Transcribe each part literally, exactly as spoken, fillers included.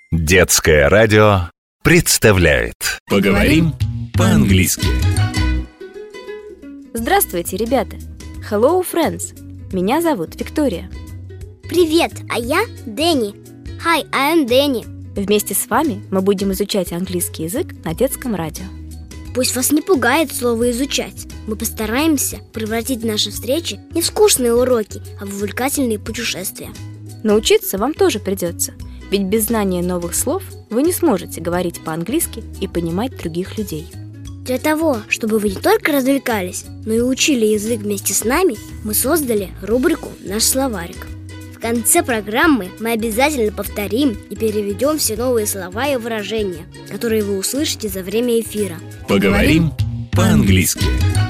Детское радио представляет «Поговорим по-английски». Здравствуйте, ребята! Hello, friends! Меня зовут Виктория. Привет, а я Дэнни. Hi, I am Дэнни. Вместе с вами мы будем изучать английский язык на детском радио. Пусть вас не пугает слово «изучать». Мы постараемся превратить наши встречи не в скучные уроки, а в увлекательные путешествия. Научиться вам тоже придется, ведь без знания новых слов вы не сможете говорить по-английски и понимать других людей. Для того, чтобы вы не только развлекались, но и учили язык вместе с нами, мы создали рубрику «Наш словарик». В конце программы мы обязательно повторим и переведем все новые слова и выражения, которые вы услышите за время эфира. Поговорим по-английски.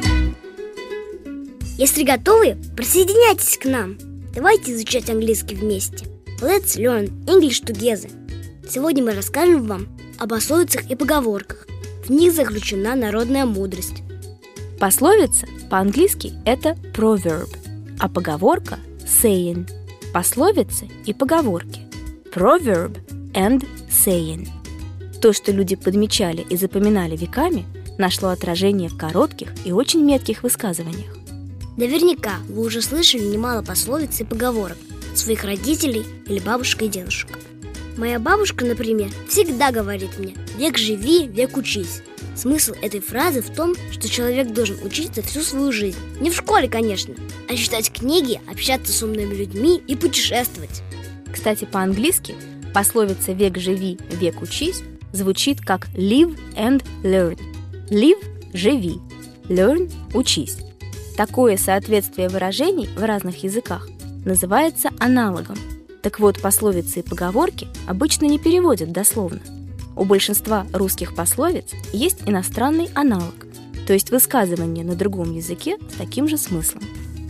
Если готовы, присоединяйтесь к нам. Давайте изучать английский вместе. Let's learn English together. Сегодня мы расскажем вам об пословицах и поговорках. В них заключена народная мудрость. Пословица по-английски это proverb, а поговорка saying. Пословицы и поговорки proverb and saying. То, что люди подмечали и запоминали веками, нашло отражение в коротких и очень метких высказываниях. Наверняка вы уже слышали немало пословиц и поговорок от своих родителей или бабушек и дедушек. Моя бабушка, например, всегда говорит мне: «Век живи, век учись». Смысл этой фразы в том, что человек должен учиться всю свою жизнь. Не в школе, конечно, а читать книги, общаться с умными людьми и путешествовать. Кстати, по-английски пословица «век живи, век учись» звучит как live and learn. Live – живи, learn – учись. Такое соответствие выражений в разных языках называется аналогом. Так вот, пословицы и поговорки обычно не переводят дословно. У большинства русских пословиц есть иностранный аналог, то есть высказывание на другом языке с таким же смыслом.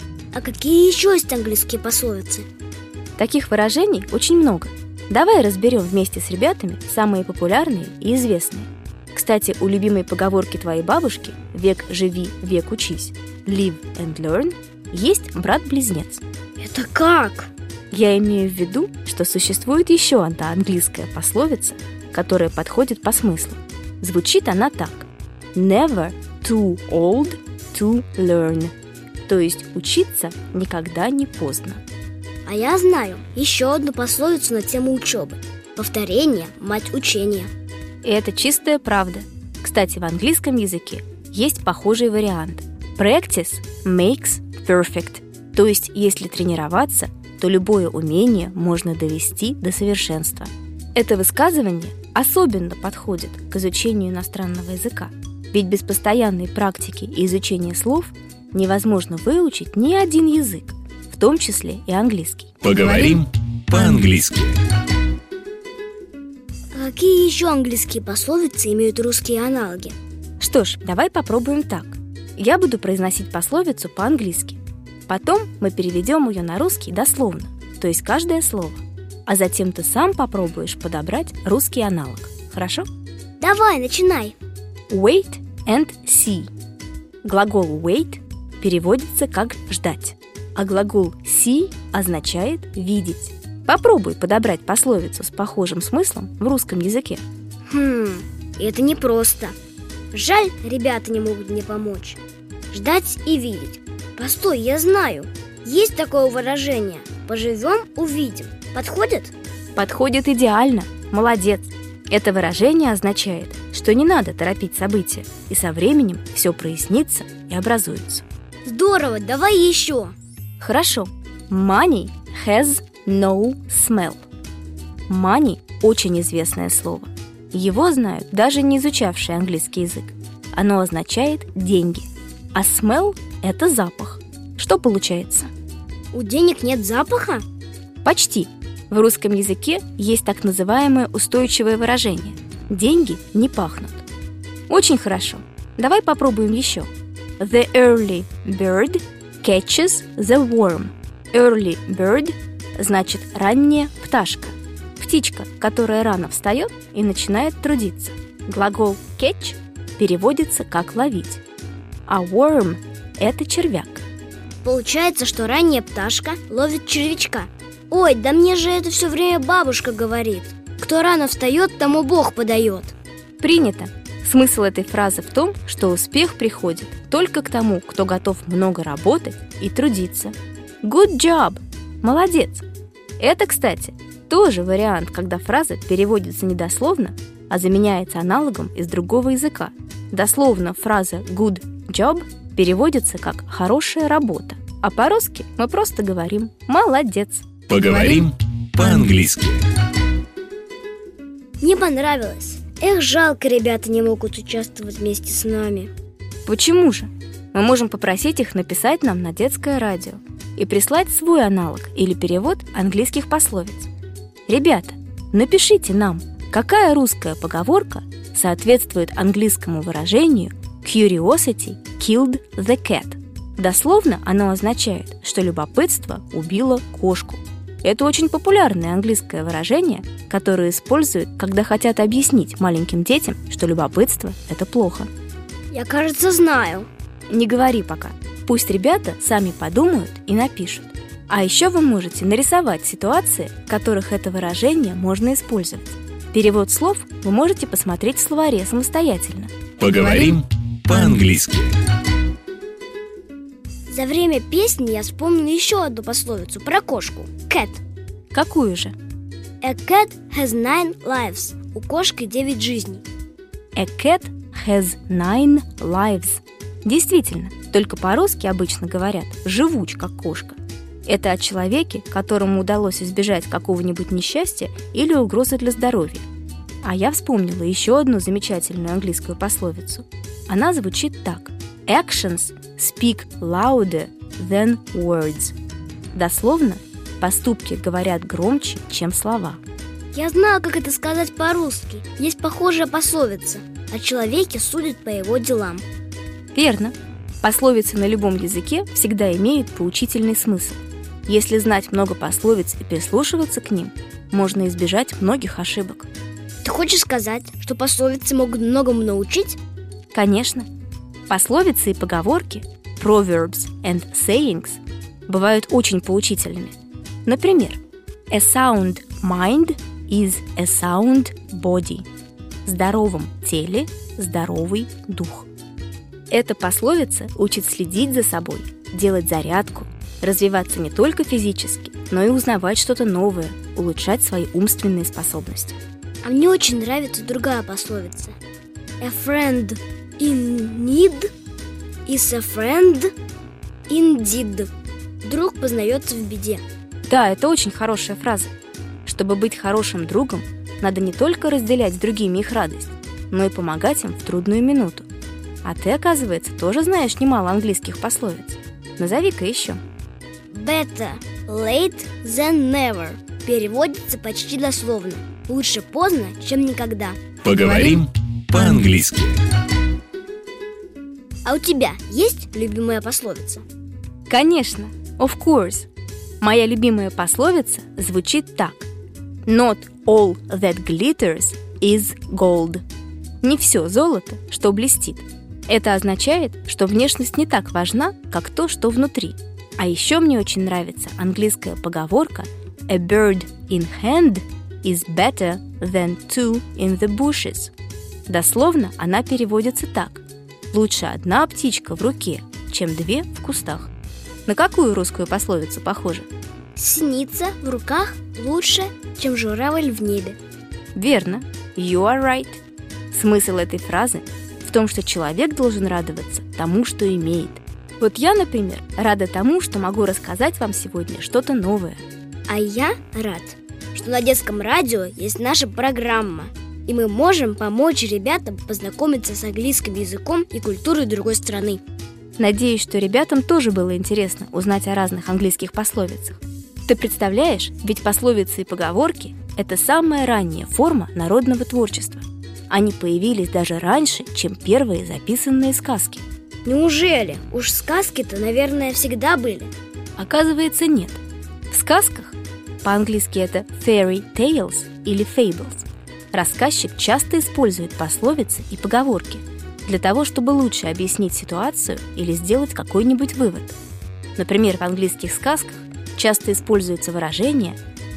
А какие еще есть английские пословицы? Таких выражений очень много. Давай разберем вместе с ребятами самые популярные и известные. Кстати, у любимой поговорки твоей бабушки «Век живи, век учись» live and learn есть брат-близнец. Это как? Я имею в виду, что существует еще одна английская пословица, которая подходит по смыслу. Звучит она так: never too old to learn. То есть учиться никогда не поздно. А я знаю еще одну пословицу на тему учебы. Повторение – мать учения. И это чистая правда. Кстати, в английском языке есть похожий вариант. Practice makes perfect. То есть, если тренироваться, то любое умение можно довести до совершенства. Это высказывание особенно подходит к изучению иностранного языка, ведь без постоянной практики и изучения слов невозможно выучить ни один язык, в том числе и английский. Поговорим по-английски. А какие еще английские пословицы имеют русские аналоги? Что ж, давай попробуем так. Я буду произносить пословицу по-английски. Потом мы переведем ее на русский дословно, то есть каждое слово. А затем ты сам попробуешь подобрать русский аналог. Хорошо? Давай, начинай. Wait and see. Глагол wait переводится как «ждать», а глагол see означает «видеть». Попробуй подобрать пословицу с похожим смыслом в русском языке. Хм, это непросто. Жаль, ребята не могут мне помочь. Ждать и видеть. Постой, я знаю. Есть такое выражение: «Поживем, увидим». Подходит? Подходит идеально. Молодец. Это выражение означает, что не надо торопить события, и со временем все прояснится и образуется. Здорово, давай еще. Хорошо. Money has no smell. Money – очень известное слово. Его знают даже не изучавшие английский язык. Оно означает «деньги». А smell – это запах. Что получается? У денег нет запаха? Почти. В русском языке есть так называемое устойчивое выражение «деньги не пахнут». Очень хорошо. Давай попробуем еще. The early bird catches the worm. Early bird значит ранняя пташка. Птичка, которая рано встает и начинает трудиться. Глагол catch переводится как ловить. А worm – это червяк. Получается, что ранняя пташка ловит червячка. Ой, да мне же это все время бабушка говорит. Кто рано встает, тому Бог подает. Принято. Смысл этой фразы в том, что успех приходит только к тому, кто готов много работать и трудиться. Good job! Молодец! Это, кстати, тоже вариант, когда фраза переводится не дословно, а заменяется аналогом из другого языка. Дословно фраза good job переводится как «хорошая работа», а по-русски мы просто говорим «молодец». Поговорим по-английски. Мне понравилось. Эх, жалко, ребята не могут участвовать вместе с нами. Почему же? Мы можем попросить их написать нам на детское радио и прислать свой аналог или перевод английских пословиц. Ребята, напишите нам, какая русская поговорка соответствует английскому выражению «Curiosity killed the cat». Дословно оно означает, что любопытство убило кошку. Это очень популярное английское выражение, которое используют, когда хотят объяснить маленьким детям, что любопытство – это плохо. Я, кажется, знаю. Не говори пока. Пусть ребята сами подумают и напишут. А еще вы можете нарисовать ситуации, в которых это выражение можно использовать. Перевод слов вы можете посмотреть в словаре самостоятельно. Поговорим по-английски. За время песни я вспомнила еще одну пословицу про кошку. Cat. Какую же? A cat has nine lives. У кошки девять жизней. A cat has nine lives. Действительно, только по-русски обычно говорят «живуч, как кошка». Это о человеке, которому удалось избежать какого-нибудь несчастья или угрозы для здоровья. А я вспомнила еще одну замечательную английскую пословицу. Она звучит так: Actions speak louder than words. Дословно, поступки говорят громче, чем слова. Я знаю, как это сказать по-русски. Есть похожая пословица: о человеке судят по его делам. Верно. Пословицы на любом языке всегда имеют поучительный смысл. Если знать много пословиц и прислушиваться к ним, можно избежать многих ошибок. Ты хочешь сказать, что пословицы могут многому научить? Конечно. Пословицы и поговорки, proverbs and sayings, бывают очень поучительными. Например, a sound mind is a sound body. В здоровом теле здоровый дух. Эта пословица учит следить за собой, делать зарядку, развиваться не только физически, но и узнавать что-то новое, улучшать свои умственные способности. А мне очень нравится другая пословица. A friend in need is a friend indeed. Друг познается в беде. Да, это очень хорошая фраза. Чтобы быть хорошим другом, надо не только разделять с другими их радость, но и помогать им в трудную минуту. А ты, оказывается, тоже знаешь немало английских пословиц. Назови-ка еще. Better late than never переводится почти дословно. Лучше поздно, чем никогда. Поговорим по-английски. А у тебя есть любимая пословица? Конечно, of course. Моя любимая пословица звучит так: Not all that glitters is gold. Не все золото, что блестит. Это означает, что внешность не так важна, как то, что внутри. А еще мне очень нравится английская поговорка A bird in hand is better than two in the bushes. Дословно она переводится так: лучше одна птичка в руке, чем две в кустах. На какую русскую пословицу похоже? Синица в руках лучше, чем журавль в небе. Верно, you are right. Смысл этой фразы в том, что человек должен радоваться тому, что имеет. Вот я, например, рада тому, что могу рассказать вам сегодня что-то новое. А я рад, что на детском радио есть наша программа, и мы можем помочь ребятам познакомиться с английским языком и культурой другой страны. Надеюсь, что ребятам тоже было интересно узнать о разных английских пословицах. Ты представляешь, ведь пословицы и поговорки – это самая ранняя форма народного творчества. Они появились даже раньше, чем первые записанные сказки. Неужели? Уж сказки-то, наверное, всегда были. Оказывается, нет. В сказках, по-английски это fairy tales или fables, рассказчик часто использует пословицы и поговорки для того, чтобы лучше объяснить ситуацию или сделать какой-нибудь вывод. Например, в английских сказках часто используется выражение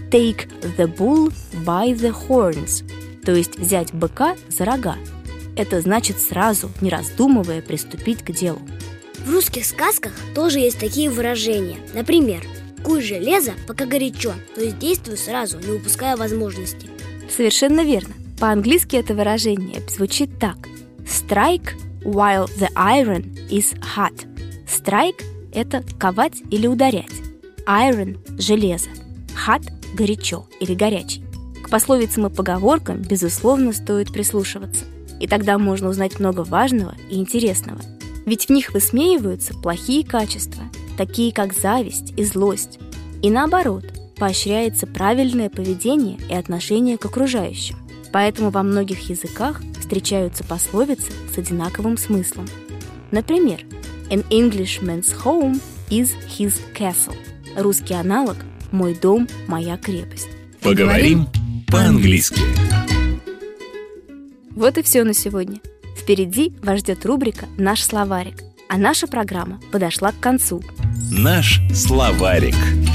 Take the bull by the horns, то есть взять быка за рога. Это значит сразу, не раздумывая, приступить к делу. В русских сказках тоже есть такие выражения. Например, «Куй железо, пока горячо», то есть действуй сразу, не упуская возможности. Совершенно верно. По-английски это выражение звучит так: Strike while the iron is hot. Strike – это ковать или ударять. Iron – железо. Hot – горячо или горячий. К пословицам и поговоркам, безусловно, стоит прислушиваться. И тогда можно узнать много важного и интересного. Ведь в них высмеиваются плохие качества, такие как зависть и злость. И наоборот, поощряется правильное поведение и отношение к окружающим. Поэтому во многих языках встречаются пословицы с одинаковым смыслом. Например, An Englishman's home is his castle. Русский аналог «Мой дом, моя крепость». Поговорим по-английски. Вот и все на сегодня. Впереди вас ждет рубрика «Наш словарик», а наша программа подошла к концу. Наш словарик.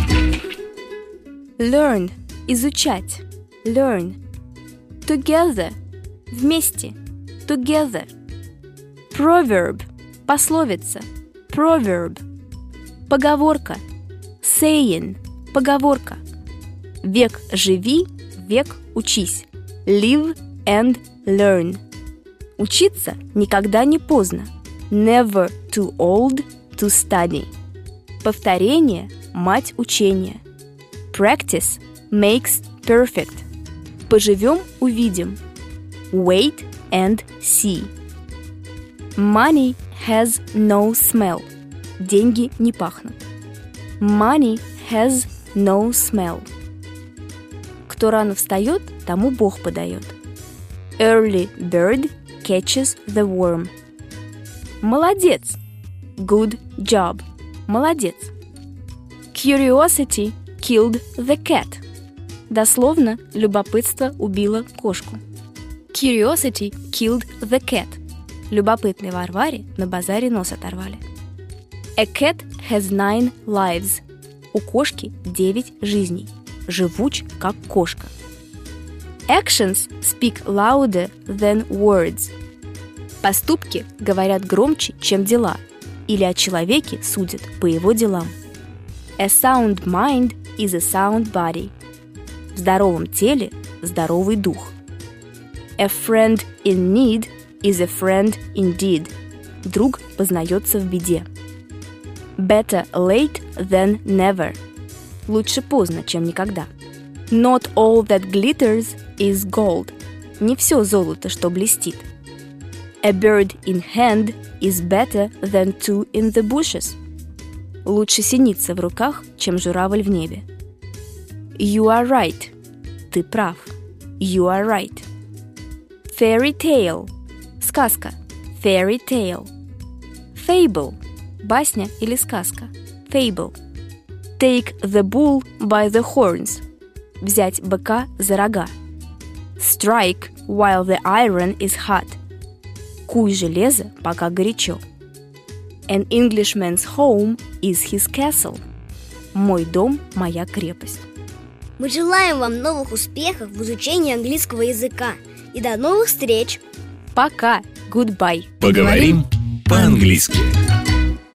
Learn – изучать. Learn. Together – вместе. Together. Proverb – пословица. Proverb. Поговорка. Saying – поговорка. Век живи, век учись. Live and learn. Учиться никогда не поздно. Never too old to study. Повторение – мать учения. Practice makes perfect. Поживем – увидим. Wait and see. Money has no smell. Деньги не пахнут. Money has no smell. Кто рано встает, тому Бог подает. Early bird catches the worm. Молодец. Good job. Молодец. Curiosity killed the cat. Дословно, любопытство убило кошку. Curiosity killed the cat. Любопытной Варваре на базаре нос оторвали. A cat has nine lives. У кошки девять жизней. Живуч, как кошка. Actions speak louder than words. Поступки говорят громче, чем дела, или о человеке судят по его делам. A sound mind is a sound body. В здоровом теле здоровый дух. A friend in need is a friend indeed. Друг познается в беде. Better late than never. Лучше поздно, чем никогда. Not all that glitters is gold. Не все золото, что блестит. A bird in hand is better than two in the bushes. Лучше синица в руках, чем журавль в небе. You are right. Ты прав. You are right. Fairy tale. Сказка. Fairy tale. Fable. Басня или сказка. Fable. Take the bull by the horns. Взять быка за рога. Strike while the iron is hot. Куй железо, пока горячо. An Englishman's home is his castle. Мой дом, моя крепость. Мы желаем вам новых успехов в изучении английского языка. И до новых встреч! Пока! Goodbye! Поговорим по-английски.